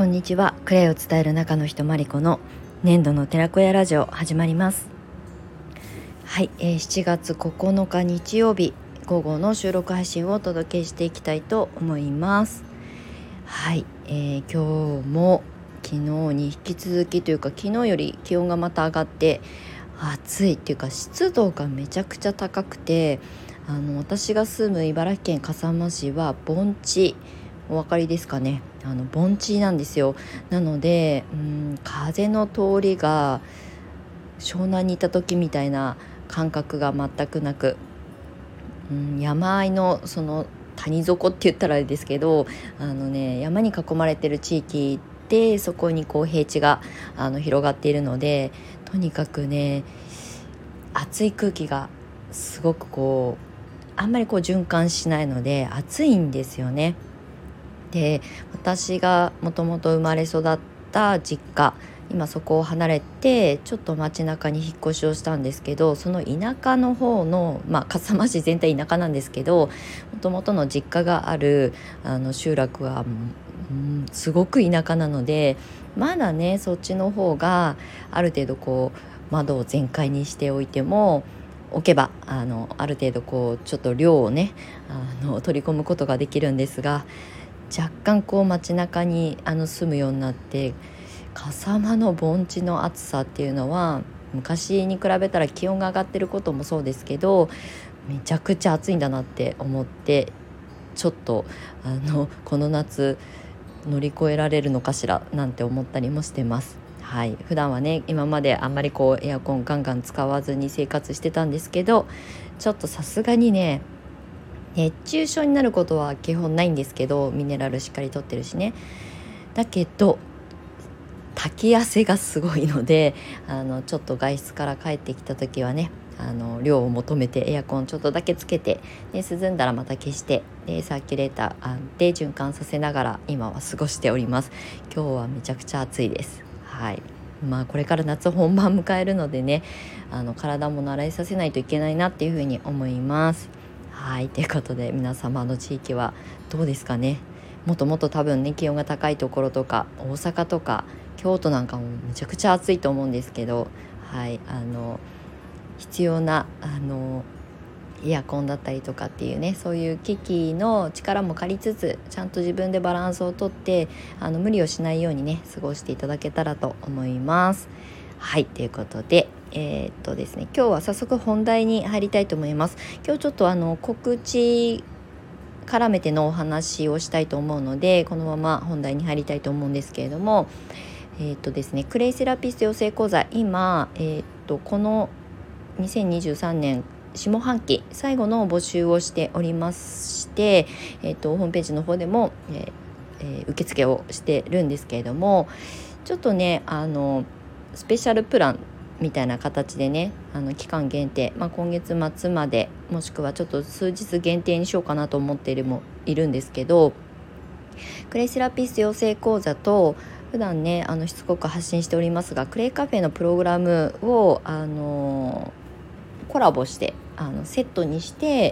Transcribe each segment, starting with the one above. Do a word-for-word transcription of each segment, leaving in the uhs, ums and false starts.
こんにちは。クレイを伝える中の人マリコの年度の寺子屋ラジオ始まります。はい、えー、しちがつここのか日曜日午後の収録配信をお届けしていきたいと思います。はい、えー、今日も昨日に引き続きというか昨日より気温がまた上がって暑いっていうか湿度がめちゃくちゃ高くて、あの私が住む茨城県笠間市は盆地、お分かりですかね。あの盆地なんですよ。なのでうん風の通りが湘南にいた時みたいな感覚が全くなく、うん山あいのその谷底って言ったらあれですけど、あのね山に囲まれてる地域でそこにこう平地があの広がっているので、とにかくね暑い空気がすごくこうあんまりこう循環しないので暑いんですよね。で、私がもともと生まれ育った実家、今そこを離れてちょっと街中に引っ越しをしたんですけど、その田舎の方の、まあ、笠間市全体田舎なんですけど、もともとの実家があるあの集落は、うん、すごく田舎なので、まだねそっちの方がある程度こう窓を全開にしておいても置けばあのある程度こうちょっと量をねあの取り込むことができるんですが、若干こう街中にあの住むようになって笠間の盆地の暑さっていうのは昔に比べたら気温が上がってることもそうですけど、めちゃくちゃ暑いんだなって思って、ちょっとあのこの夏乗り越えられるのかしらなんて思ったりもしてます。はい、普段はね今まであんまりこうエアコンガンガン使わずに生活してたんですけど、ちょっとさすがにね熱中症になることは基本ないんですけど、ミネラルしっかりとってるしね。だけど滝汗がすごいので、あのちょっと外出から帰ってきた時はねあの量を求めてエアコンちょっとだけつけて、で涼んだらまた消して、でサーキュレーターで循環させながら今は過ごしております。今日はめちゃくちゃ暑いです。はい、まあこれから夏本番迎えるのでね、あの体も慣れさせないといけないなっていうふうに思います。はい、ということで皆様の地域はどうですかね。もっともっと多分ね気温が高いところとか大阪とか京都なんかもめちゃくちゃ暑いと思うんですけど、はい、あの必要なあのエアコンだったりとかっていうね、そういう機器の力も借りつつちゃんと自分でバランスをとってあの無理をしないようにね過ごしていただけたらと思います。はい、ということでえー、っとですね今日は早速本題に入りたいと思います。今日ちょっとあの告知絡めてのお話をしたいと思うので、このまま本題に入りたいと思うんですけれども、えー、っとですねクレイセラピスト養成講座、今、えー、っとこのにせんにじゅうさんねん下半期最後の募集をしておりまして、えー、っとホームページの方でも、えーえー、受付をしてるんですけれども、ちょっとねあのスペシャルプランみたいな形でねあの期間限定、まあ、今月末までもしくはちょっと数日限定にしようかなと思っているもいるんですけど、クレイセラピスト養成講座と普段ねあのしつこく発信しておりますがクレイカフェのプログラムをあのコラボしてあのセットにして、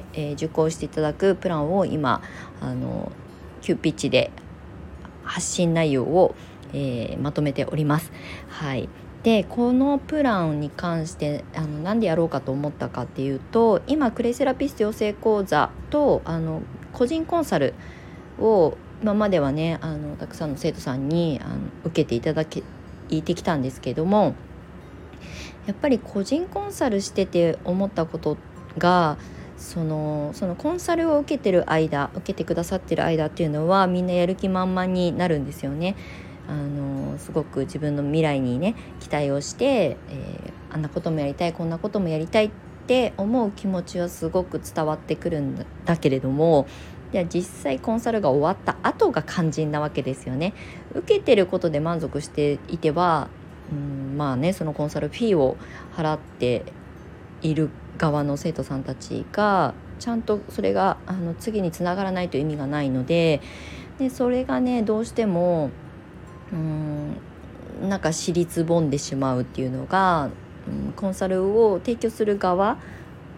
えー、受講していただくプランを今あの急ピッチで発信内容を、えー、まとめております。はい、でこのプランに関してあのなんでやろうかと思ったかっていうと、今クレイセラピスト養成講座とあの個人コンサルを今まではねあのたくさんの生徒さんにあの受けていただけいてきたんですけども、やっぱり個人コンサルしてて思ったことが、そのそのコンサルを受けてる間受けてくださってる間っていうのはみんなやる気満々になるんですよね。あのすごく自分の未来にね期待をして、えー、あんなこともやりたいこんなこともやりたいって思う気持ちはすごく伝わってくるんだ、だけれども、じゃあ実際コンサルが終わった後が肝心なわけですよね。受けてることで満足していてはうんまあねそのコンサルフィーを払っている側の生徒さんたちがちゃんとそれがあの次につながらないと意味がないので、でそれがねどうしてもうーんなんか尻つぼんでしまうっていうのが、うん、コンサルを提供する側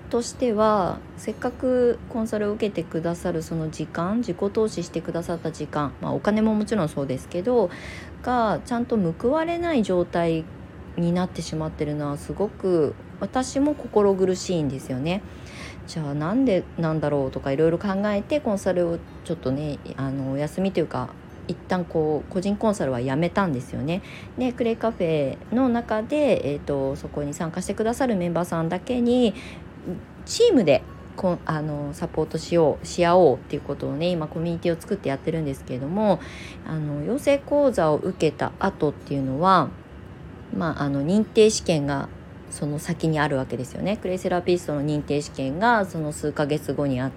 としては、せっかくコンサルを受けてくださるその時間、自己投資してくださった時間、まあ、お金ももちろんそうですけどがちゃんと報われない状態になってしまってるのはすごく私も心苦しいんですよね。じゃあなんでなんだろうとかいろいろ考えて、コンサルをちょっとねあのお休みというか一旦こう個人コンサルはやめたんですよね。でクレイカフェの中で、えーと、そこに参加してくださるメンバーさんだけにチームでこあのサポートしようし合おうっていうことをね、今コミュニティを作ってやってるんですけれども、あの養成講座を受けた後っていうのは、まあ、あの認定試験がその先にあるわけですよね。クレイセラピストの認定試験がその数ヶ月後にあって、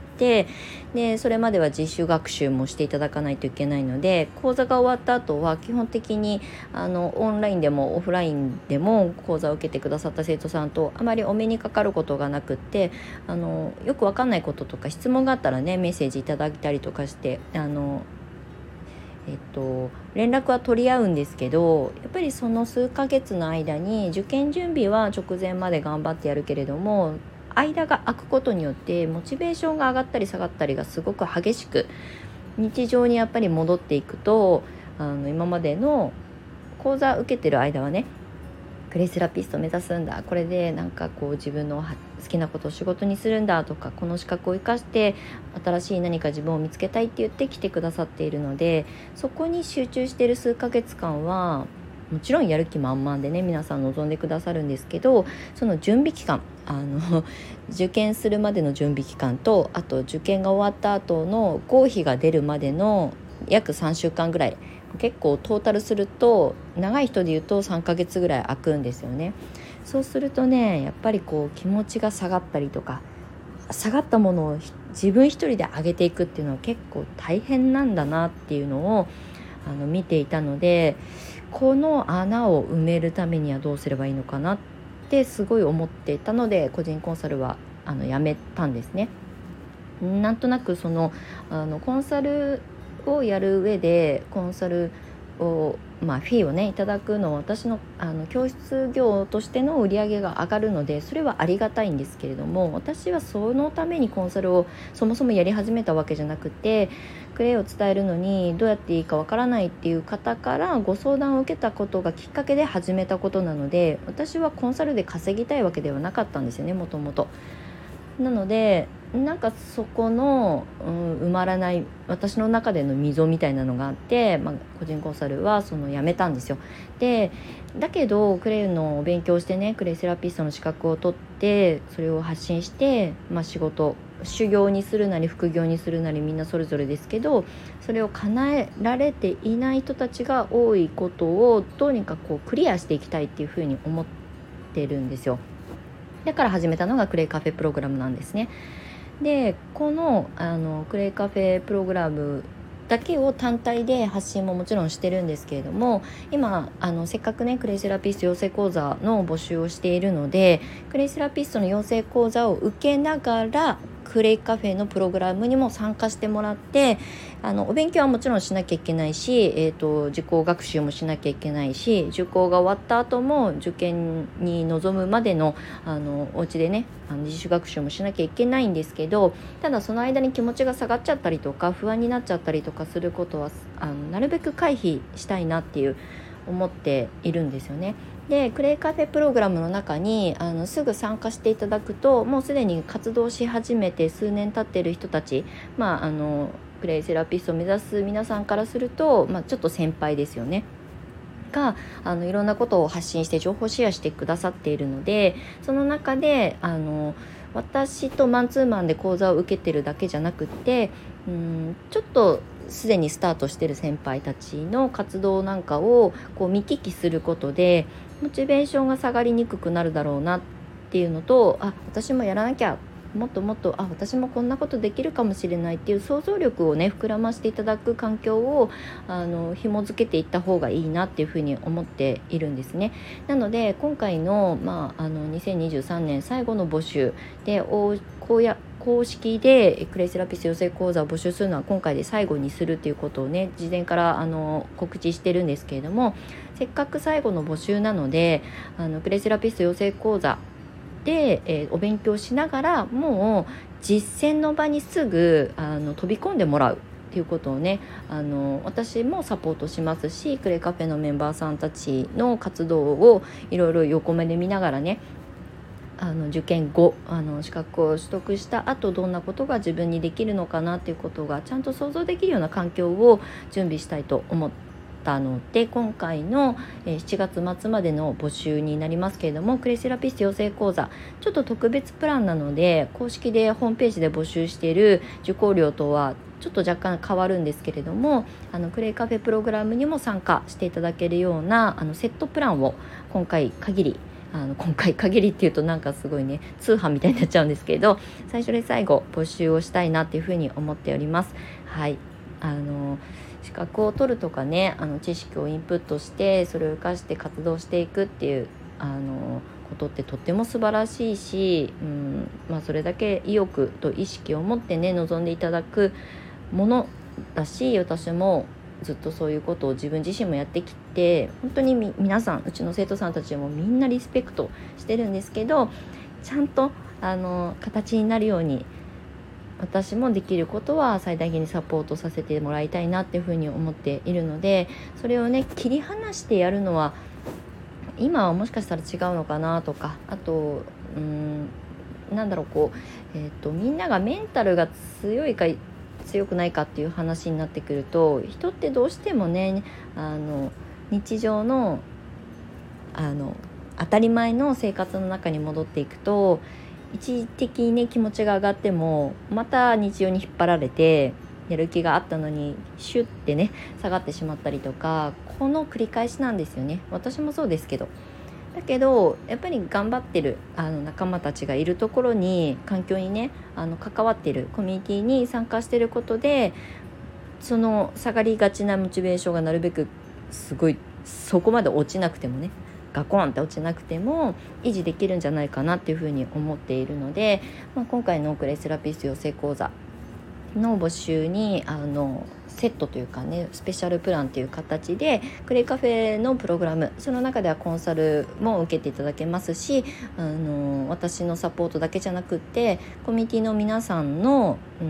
でそれまでは実習学習もしていただかないといけないので、講座が終わった後は基本的にあのオンラインでもオフラインでも講座を受けてくださった生徒さんとあまりお目にかかることがなくって、あのよくわかんないこととか質問があったらねメッセージいただいたりとかして、あのえっと、連絡は取り合うんですけど、やっぱりその数ヶ月の間に受験準備は直前まで頑張ってやるけれども、間が空くことによってモチベーションが上がったり下がったりがすごく激しく、日常にやっぱり戻っていくと、あの今までの講座受けてる間はね、クレイセラピスト目指すんだ、これでなんかこう自分の好きなことを仕事にするんだとか、この資格を生かして新しい何か自分を見つけたいって言って来てくださっているので、そこに集中している数ヶ月間はもちろんやる気満々でね皆さん望んでくださるんですけど、その準備期間、あの受験するまでの準備期間と、あと受験が終わった後の合否が出るまでの約さんしゅうかんぐらい、結構トータルすると長い人で言うとさんかげつぐらい空くんですよね。そうするとね、やっぱりこう気持ちが下がったりとか、下がったものを自分一人で上げていくっていうのは結構大変なんだなっていうのをあの見ていたので、この穴を埋めるためにはどうすればいいのかなってすごい思っていたので、個人コンサルはあのやめたんですね。なんとなくそのあのコンサルをやる上でコンサルを、まあ、フィーをねいただくのは私の、あの教室業としての売り上げが上がるので、それはありがたいんですけれども、私はそのためにコンサルをそもそもやり始めたわけじゃなくて、クレイを伝えるのにどうやっていいかわからないっていう方からご相談を受けたことがきっかけで始めたことなので、私はコンサルで稼ぎたいわけではなかったんですよね、もともと。なのでなんかそこの、うん、埋まらない私の中での溝みたいなのがあって、まあ、個人コンサルはそのやめたんですよ。でだけどクレイの勉強してね、クレイセラピストの資格を取ってそれを発信して、まあ、仕事修行にするなり副業にするなりみんなそれぞれですけど、それを叶えられていない人たちが多いことをどうにかこうクリアしていきたいっていうふうに思ってるんですよ。だから始めたのがクレイカフェプログラムなんですね。でこの、あのクレイカフェプログラムだけを単体で発信ももちろんしてるんですけれども、今あのせっかくねクレイセラピスト養成講座の募集をしているので、クレイセラピストの養成講座を受けながらクレイカフェのプログラムにも参加してもらって、あのお勉強はもちろんしなきゃいけないし、えーと、受講学習もしなきゃいけないし、受講が終わった後も受験に臨むまでのあのお家でねあの自主学習もしなきゃいけないんですけど、ただその間に気持ちが下がっちゃったりとか不安になっちゃったりとかすることはあのなるべく回避したいなっていう思っているんですよね。でクレイカフェプログラムの中にあのすぐ参加していただくと、もうすでに活動し始めて数年経っている人たち、まあ、あのクレイセラピストを目指す皆さんからすると、まあ、ちょっと先輩ですよねがあのいろんなことを発信して情報シェアしてくださっているので、その中であの私とマンツーマンで講座を受けてるだけじゃなくて、うんちょっとすでにスタートしている先輩たちの活動なんかをこう見聞きすることでモチベーションが下がりにくくなるだろうなっていうのと、あ私もやらなきゃ、もっともっとあ私もこんなことできるかもしれないっていう想像力をね膨らましていただく環境をあの紐づけていった方がいいなっていうふうに思っているんですね。なので今回の、まあ、あのにせんにじゅうさんねん最後の募集で公公式でクレイセラピスト養成講座を募集するのは今回で最後にするということをね事前からあの告知してるんですけれども、せっかく最後の募集なのであのクレイセラピスト養成講座で、えー、お勉強しながらもう実践の場にすぐあの飛び込んでもらうっていうことをね、あの私もサポートしますし、クレイカフェのメンバーさんたちの活動をいろいろ横目で見ながらね、あの受験後あの資格を取得した後どんなことが自分にできるのかなっていうことがちゃんと想像できるような環境を準備したいと思ったので、今回のしちがつ末までの募集になりますけれども、クレイセラピスト養成講座ちょっと特別プランなので、公式でホームページで募集している受講料とはちょっと若干変わるんですけれども、あのクレイカフェプログラムにも参加していただけるようなあのセットプランを今回限りあの今回限りっていうとなんかすごいね通販みたいになっちゃうんですけれど、最初で最後募集をしたいなっていうふうに思っております。はい、あの資格を取るとかね、あの知識をインプットしてそれを生かして活動していくっていうあのことってとっても素晴らしいし、うんまあ、それだけ意欲と意識を持ってね臨んでいただくものだし、私もずっとそういうことを自分自身もやってきて、本当にみ皆さんうちの生徒さんたちもみんなリスペクトしてるんですけど、ちゃんとあの形になるように私もできることは最大限にサポートさせてもらいたいなっていうふうに思っているので、それをね切り離してやるのは今はもしかしたら違うのかなとか、あとうーんなんだろうこう、えーと、みんながメンタルが強いか強くないかっていう話になってくると、人ってどうしてもねあの日常のあの当たり前の生活の中に戻っていくと、一時的にね気持ちが上がってもまた日常に引っ張られて、やる気があったのにシュッてね下がってしまったりとか、この繰り返しなんですよね。私もそうですけど、だけどやっぱり頑張ってるあの仲間たちがいるところに、環境にねあの関わっているコミュニティに参加していることで、その下がりがちなモチベーションがなるべくすごいそこまで落ちなくてもね、ガコンって落ちなくても維持できるんじゃないかなっていうふうに思っているので、まあ、今回のクレイセラピスト養成講座の募集にあのセットというかね、スペシャルプランという形でクレイカフェのプログラム、その中ではコンサルも受けていただけますし、あの私のサポートだけじゃなくってコミュニティの皆さんの、うん、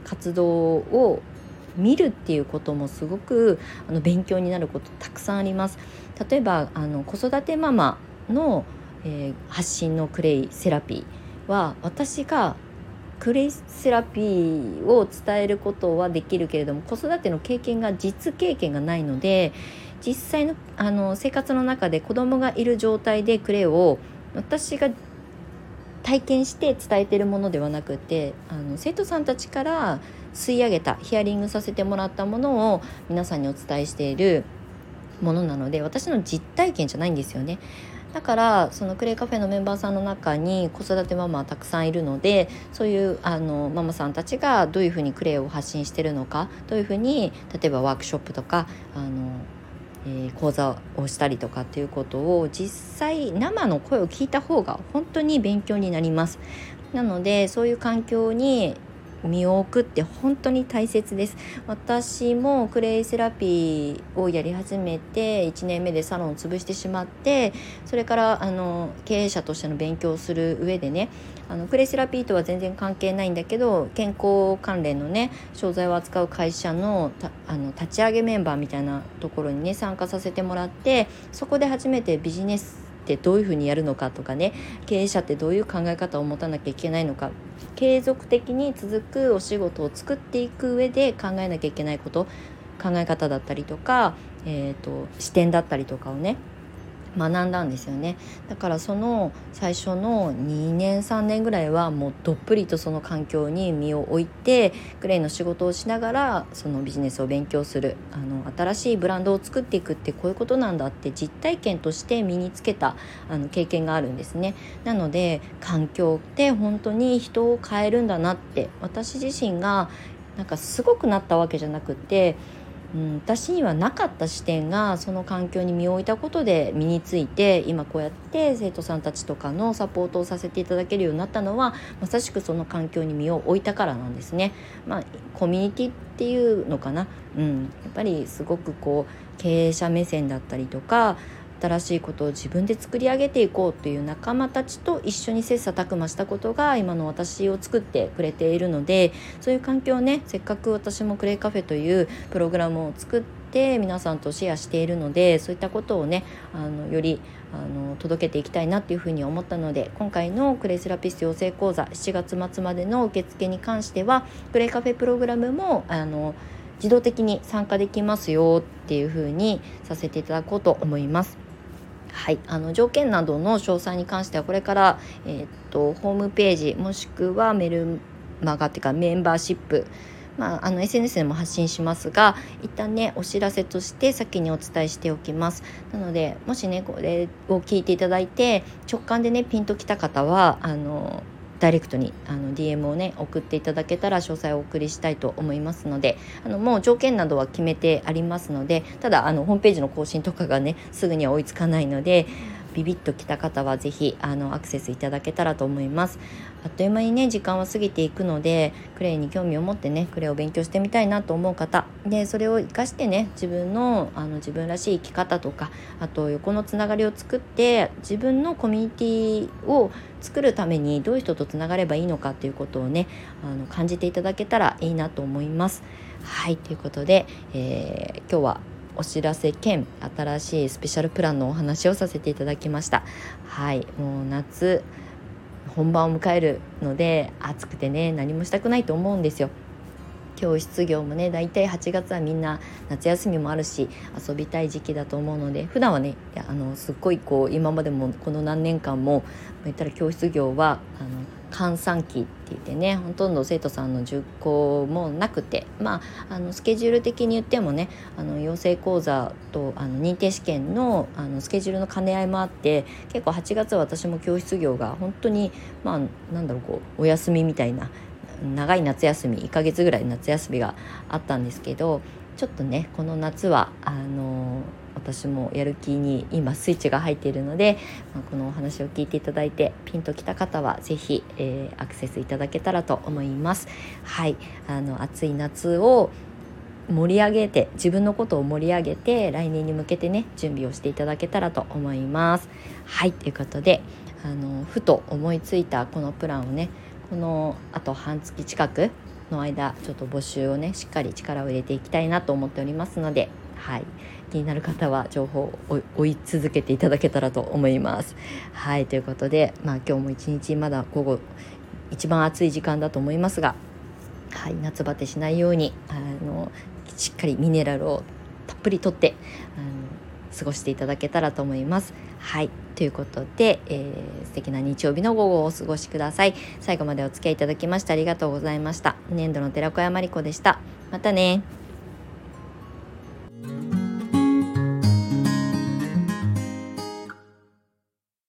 活動を見るっていうこともすごくあの勉強になることたくさんあります。例えばあの子育てママの、えー、発信のクレイセラピーは、私がクレイセラピーを伝えることはできるけれども、子育ての経験が実経験がないので、実際の、あの生活の中で子供がいる状態でクレイを私が体験して伝えているものではなくて、あの生徒さんたちから吸い上げたヒアリングさせてもらったものを皆さんにお伝えしているものなので、私の実体験じゃないんですよね。だからそのクレイカフェのメンバーさんの中に子育てママはたくさんいるので、そういうあのママさんたちがどういうふうにクレイを発信しているのか、どういうふうに例えばワークショップとかあの、えー、講座をしたりとかっていうことを実際生の声を聞いた方が本当に勉強になります。なのでそういう環境に身を置くって本当に大切です。私もクレイセラピーをやり始めていちねんめでサロンを潰してしまって、それからあの経営者としての勉強をする上でね、あのクレイセラピーとは全然関係ないんだけど、健康関連のね商材を扱う会社のたあの立ち上げメンバーみたいなところにね参加させてもらって、そこで初めてビジネスってどういうふうにやるのかとかね、経営者ってどういう考え方を持たなきゃいけないのか、継続的に続くお仕事を作っていく上で考えなきゃいけないこと、考え方だったりとか、えーと、視点だったりとかをね学んだんですよね。だからその最初のにねんさんねんぐらいはもうどっぷりとその環境に身を置いて、クレイの仕事をしながらそのビジネスを勉強する、あの新しいブランドを作っていくってこういうことなんだって実体験として身につけたあの経験があるんですね。なので環境って本当に人を変えるんだなって、私自身がなんかすごくなったわけじゃなくて、うん、私にはなかった視点がその環境に身を置いたことで身について、今こうやって生徒さんたちとかのサポートをさせていただけるようになったのは、まさしくその環境に身を置いたからなんですね。まあコミュニティっていうのかな、うん、やっぱりすごくこう経営者目線だったりとか、 新しいことを自分で作り上げていこうという仲間たちと一緒に切磋琢磨したことが今の私を作ってくれているので、そういう環境をね、せっかく私もクレイカフェというプログラムを作って皆さんとシェアしているので、そういったことをね、あのよりあの届けていきたいなっていうふうに思ったので、今回のクレイセラピスト養成講座しちがつ末までの受付に関してはクレイカフェプログラムもあの自動的に参加できますよっていう風にさせていただこうと思います。はい、あの条件などの詳細に関してはこれから、えー、っとホームページもしくはメルマガっていうかメンバーシップ、まあ、あの エスエヌエス でも発信しますが、一旦ねお知らせとして先にお伝えしておきます。なのでもしねこれを聞いていただいて直感でねピンときた方はあのダイレクトにあの ディーエム をね送っていただけたら詳細をお送りしたいと思いますので、あのもう条件などは決めてありますので、ただあのホームページの更新とかがねすぐには追いつかないので、ビビッときた方はぜひあのアクセスいただけたらと思います。あっという間にね時間は過ぎていくので、クレイに興味を持ってねクレイを勉強してみたいなと思う方で、それを生かしてね自分のあの自分らしい生き方とか、あと横のつながりを作って自分のコミュニティを作るためにどういう人とつながればいいのかっていうことをねあの感じていただけたらいいなと思います。はい、ということで、えー、今日はお知らせ兼新しいスペシャルプランのお話をさせていただきました。はい、もう夏本番を迎えるので暑くてね何もしたくないと思うんですよ。教室業もねだいたいはちがつはみんな夏休みもあるし遊びたい時期だと思うので、普段はねあのすっごいこう今までもこの何年間も言ったら教室業はあの閑散期って言ってね、ほとんど生徒さんの受講もなくて、まあ、あのスケジュール的に言ってもねあの養成講座とあの認定試験 の, あのスケジュールの兼ね合いもあって、結構はちがつは私も教室業が本当にまあなんだろうこうお休みみたいな長い夏休みいっかげつぐらい夏休みがあったんですけど、ちょっとねこの夏はあの私もやる気に今スイッチが入っているので、まあ、このお話を聞いていただいてピンときた方はぜひ、えー、アクセスいただけたらと思います。はい、あの暑い夏を盛り上げて自分のことを盛り上げて来年に向けてね準備をしていただけたらと思います。はい、ということであのふと思いついたこのプランをねこのあと半月近くの間ちょっと募集をねしっかり力を入れていきたいなと思っておりますので、はい、気になる方は情報を追い続けていただけたらと思います。はい、ということで、まあ、今日も一日まだ午後一番暑い時間だと思いますが、はい、夏バテしないようにあのしっかりミネラルをたっぷりとってあの過ごしていただけたらと思います。はい、ということで、えー、素敵な日曜日の午後をお過ごしください。最後までお付き合いいただきましてありがとうございました。粘土の寺子屋まりこでした。またね。